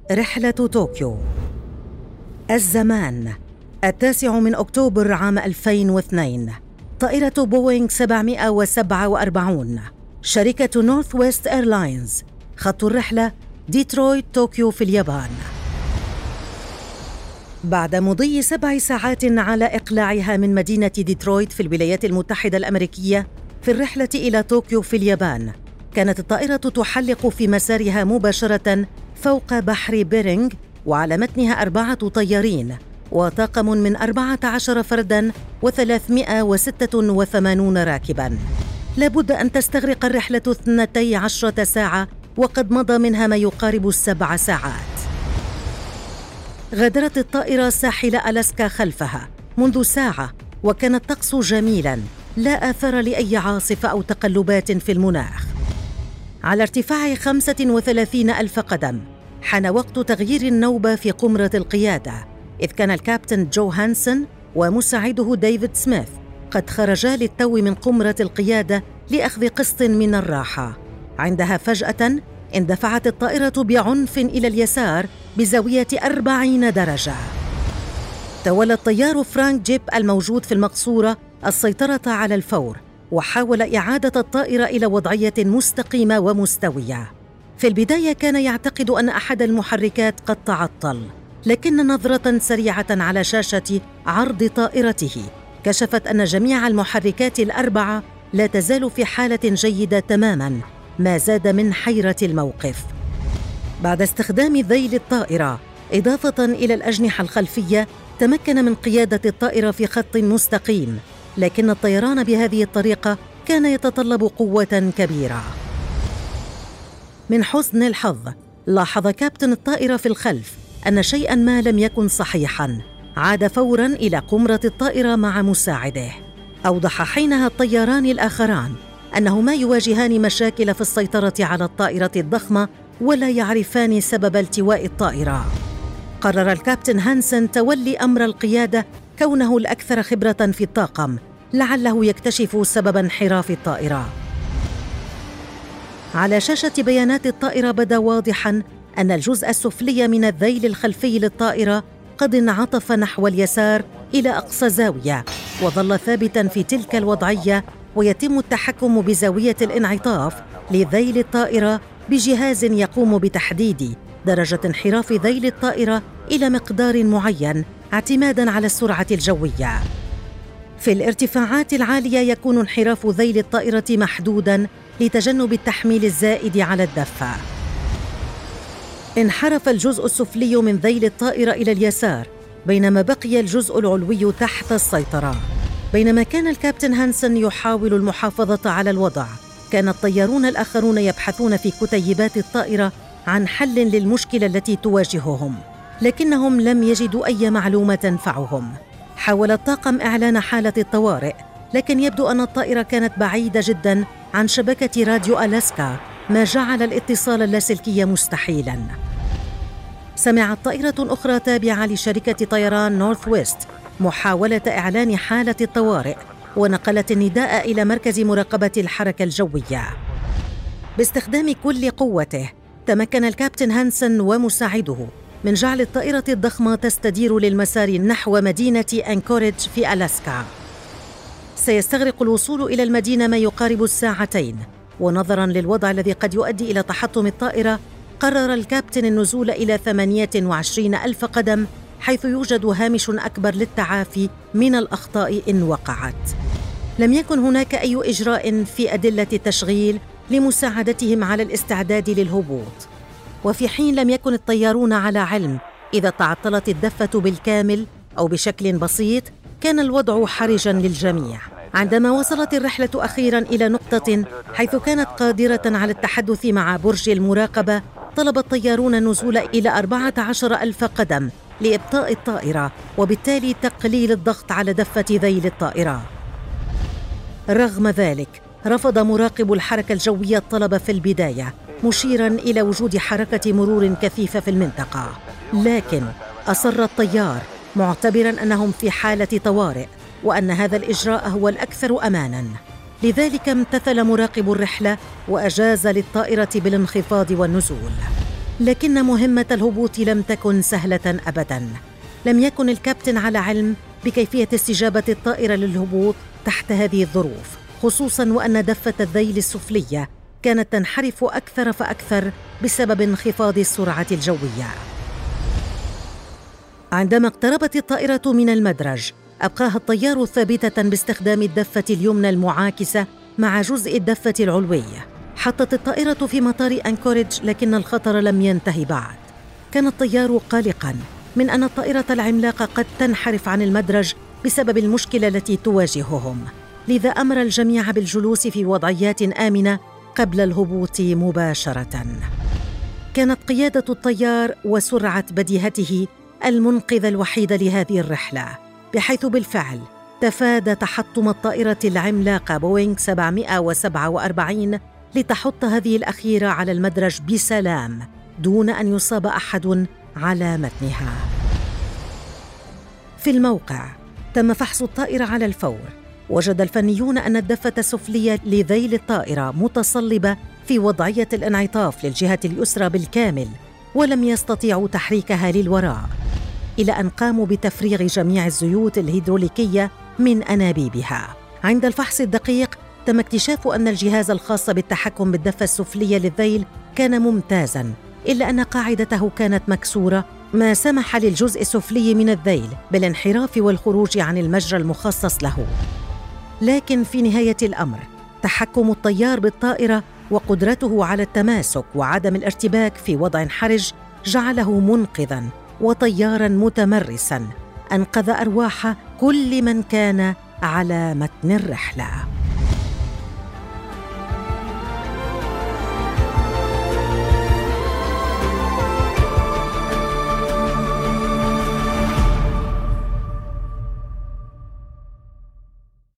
رحلة طوكيو. الزمان 9 أكتوبر عام 2002. طائرة بوينغ 747 شركة نورث ويست إيرلاينز. خط الرحلة ديترويت طوكيو في اليابان. بعد مضي 7 ساعات على إقلاعها من مدينة ديترويت في الولايات المتحدة الأمريكية في الرحلة إلى طوكيو في اليابان، كانت الطائرة تحلق في مسارها مباشرة فوق بحر بيرينغ، وعلى متنها 4 طيارين وطاقم من 14 فرداً و386 راكباً. لابد أن تستغرق الرحلة 12 ساعة، وقد مضى منها ما يقارب 7 ساعات. غادرت الطائرة ساحل ألاسكا خلفها منذ ساعة، وكان الطقس جميلاً، لا آثار لأي عاصفة أو تقلبات في المناخ. على ارتفاع 35,000 قدم حان وقت تغيير النوبة في قمرة القيادة، إذ كان الكابتن جو هانسن ومساعده ديفيد سميث قد خرجا للتو من قمرة القيادة لأخذ قسط من الراحة. عندها فجأة اندفعت الطائرة بعنف إلى اليسار بزاوية 40 درجة. تولى الطيار فرانك جيب الموجود في المقصورة السيطرة على الفور، وحاول إعادة الطائرة إلى وضعية مستقيمة ومستوية. في البداية كان يعتقد أن أحد المحركات قد تعطل، لكن نظرة سريعة على شاشة عرض طائرته كشفت أن جميع المحركات ال4 لا تزال في حالة جيدة تماماً، ما زاد من حيرة الموقف. بعد استخدام ذيل الطائرة إضافة إلى الأجنحة الخلفية، تمكن من قيادة الطائرة في خط مستقيم، لكن الطيران بهذه الطريقة كان يتطلب قوة كبيرة. من حسن الحظ لاحظ كابتن الطائرة في الخلف أن شيئاً ما لم يكن صحيحاً، عاد فوراً إلى قمرة الطائرة مع مساعده. أوضح حينها الطياران الآخران أنهما يواجهان مشاكل في السيطرة على الطائرة الضخمة ولا يعرفان سبب التواء الطائرة. قرر الكابتن هانسن تولي أمر القيادة كونه الأكثر خبرة في الطاقم، لعله يكتشف سبب انحراف الطائرة. على شاشة بيانات الطائرة بدا واضحاً أن الجزء السفلي من الذيل الخلفي للطائرة قد انعطف نحو اليسار إلى أقصى زاوية، وظل ثابتاً في تلك الوضعية، ويتم التحكم بزاوية الانعطاف لذيل الطائرة بجهاز يقوم بتحديد درجة انحراف ذيل الطائرة إلى مقدار معين اعتماداً على السرعة الجوية. في الارتفاعات العالية يكون انحراف ذيل الطائرة محدوداً لتجنب التحميل الزائد على الدفة. انحرف الجزء السفلي من ذيل الطائرة إلى اليسار، بينما بقي الجزء العلوي تحت السيطرة. بينما كان الكابتن هانسن يحاول المحافظة على الوضع، كان الطيارون الآخرون يبحثون في كتيبات الطائرة عن حل للمشكلة التي تواجههم، لكنهم لم يجدوا أي معلومة تنفعهم. حاول الطاقم إعلان حالة الطوارئ، لكن يبدو أن الطائرة كانت بعيدة جداً عن شبكة راديو ألاسكا، ما جعل الاتصال اللاسلكي مستحيلاً. سمعت طائرة أخرى تابعة لشركة طيران نورث ويست محاولة إعلان حالة الطوارئ، ونقلت النداء إلى مركز مراقبة الحركة الجوية. باستخدام كل قوته تمكن الكابتن هانسن ومساعده من جعل الطائرة الضخمة تستدير للمسار نحو مدينة أنكوريدج في ألاسكا. سيستغرق الوصول إلى المدينة ما يقارب 2 ساعات، ونظراً للوضع الذي قد يؤدي إلى تحطم الطائرة، قرر الكابتن النزول إلى 28,000 قدم، حيث يوجد هامش أكبر للتعافي من الأخطاء إن وقعت. لم يكن هناك أي إجراء في أدلة التشغيل لمساعدتهم على الاستعداد للهبوط، وفي حين لم يكن الطيارون على علم إذا تعطلت الدفة بالكامل أو بشكل بسيط، كان الوضع حرجاً للجميع. عندما وصلت الرحلة أخيراً إلى نقطة حيث كانت قادرة على التحدث مع برج المراقبة، طلب الطيارون النزول إلى 14,000 قدم لإبطاء الطائرة، وبالتالي تقليل الضغط على دفة ذيل الطائرة. رغم ذلك رفض مراقب الحركة الجوية الطلب في البداية، مشيراً إلى وجود حركة مرور كثيفة في المنطقة، لكن أصر الطيار معتبراً أنهم في حالة طوارئ، وأن هذا الإجراء هو الأكثر أماناً. لذلك امتثل مراقب الرحلة وأجاز للطائرة بالانخفاض والنزول. لكن مهمة الهبوط لم تكن سهلة أبداً. لم يكن الكابتن على علم بكيفية استجابة الطائرة للهبوط تحت هذه الظروف، خصوصاً وأن دفة الذيل السفلية كانت تنحرف أكثر فأكثر بسبب انخفاض السرعة الجوية. عندما اقتربت الطائرة من المدرج، أبقاها الطيار ثابتة باستخدام الدفة اليمنى المعاكسة مع جزء الدفة العلوي. حطت الطائرة في مطار أنكوريدج، لكن الخطر لم ينتهي بعد. كان الطيار قلقاً من أن الطائرة العملاقة قد تنحرف عن المدرج بسبب المشكلة التي تواجههم، لذا أمر الجميع بالجلوس في وضعيات آمنة قبل الهبوط مباشرة. كانت قيادة الطيار وسرعة بديهته المنقذة الوحيدة لهذه الرحلة، بحيث بالفعل تفادى تحطم الطائرة العملاقة بوينغ 747 لتحط هذه الأخيرة على المدرج بسلام دون أن يصاب أحد على متنها. في الموقع تم فحص الطائرة على الفور. وجد الفنيون أن الدفة السفلية لذيل الطائرة متصلبة في وضعية الانعطاف للجهة اليسرى بالكامل، ولم يستطيعوا تحريكها للوراء، إلى أن قاموا بتفريغ جميع الزيوت الهيدروليكية من أنابيبها. عند الفحص الدقيق تم اكتشاف أن الجهاز الخاص بالتحكم بالدفة السفلية للذيل كان ممتازاً، إلا أن قاعدته كانت مكسورة، ما سمح للجزء السفلي من الذيل بالانحراف والخروج عن المجرى المخصص له. لكن في نهاية الأمر، تحكم الطيار بالطائرة وقدرته على التماسك وعدم الارتباك في وضع حرج جعله منقذاً وطياراً متمرساً أنقذ أرواح كل من كان على متن الرحلة.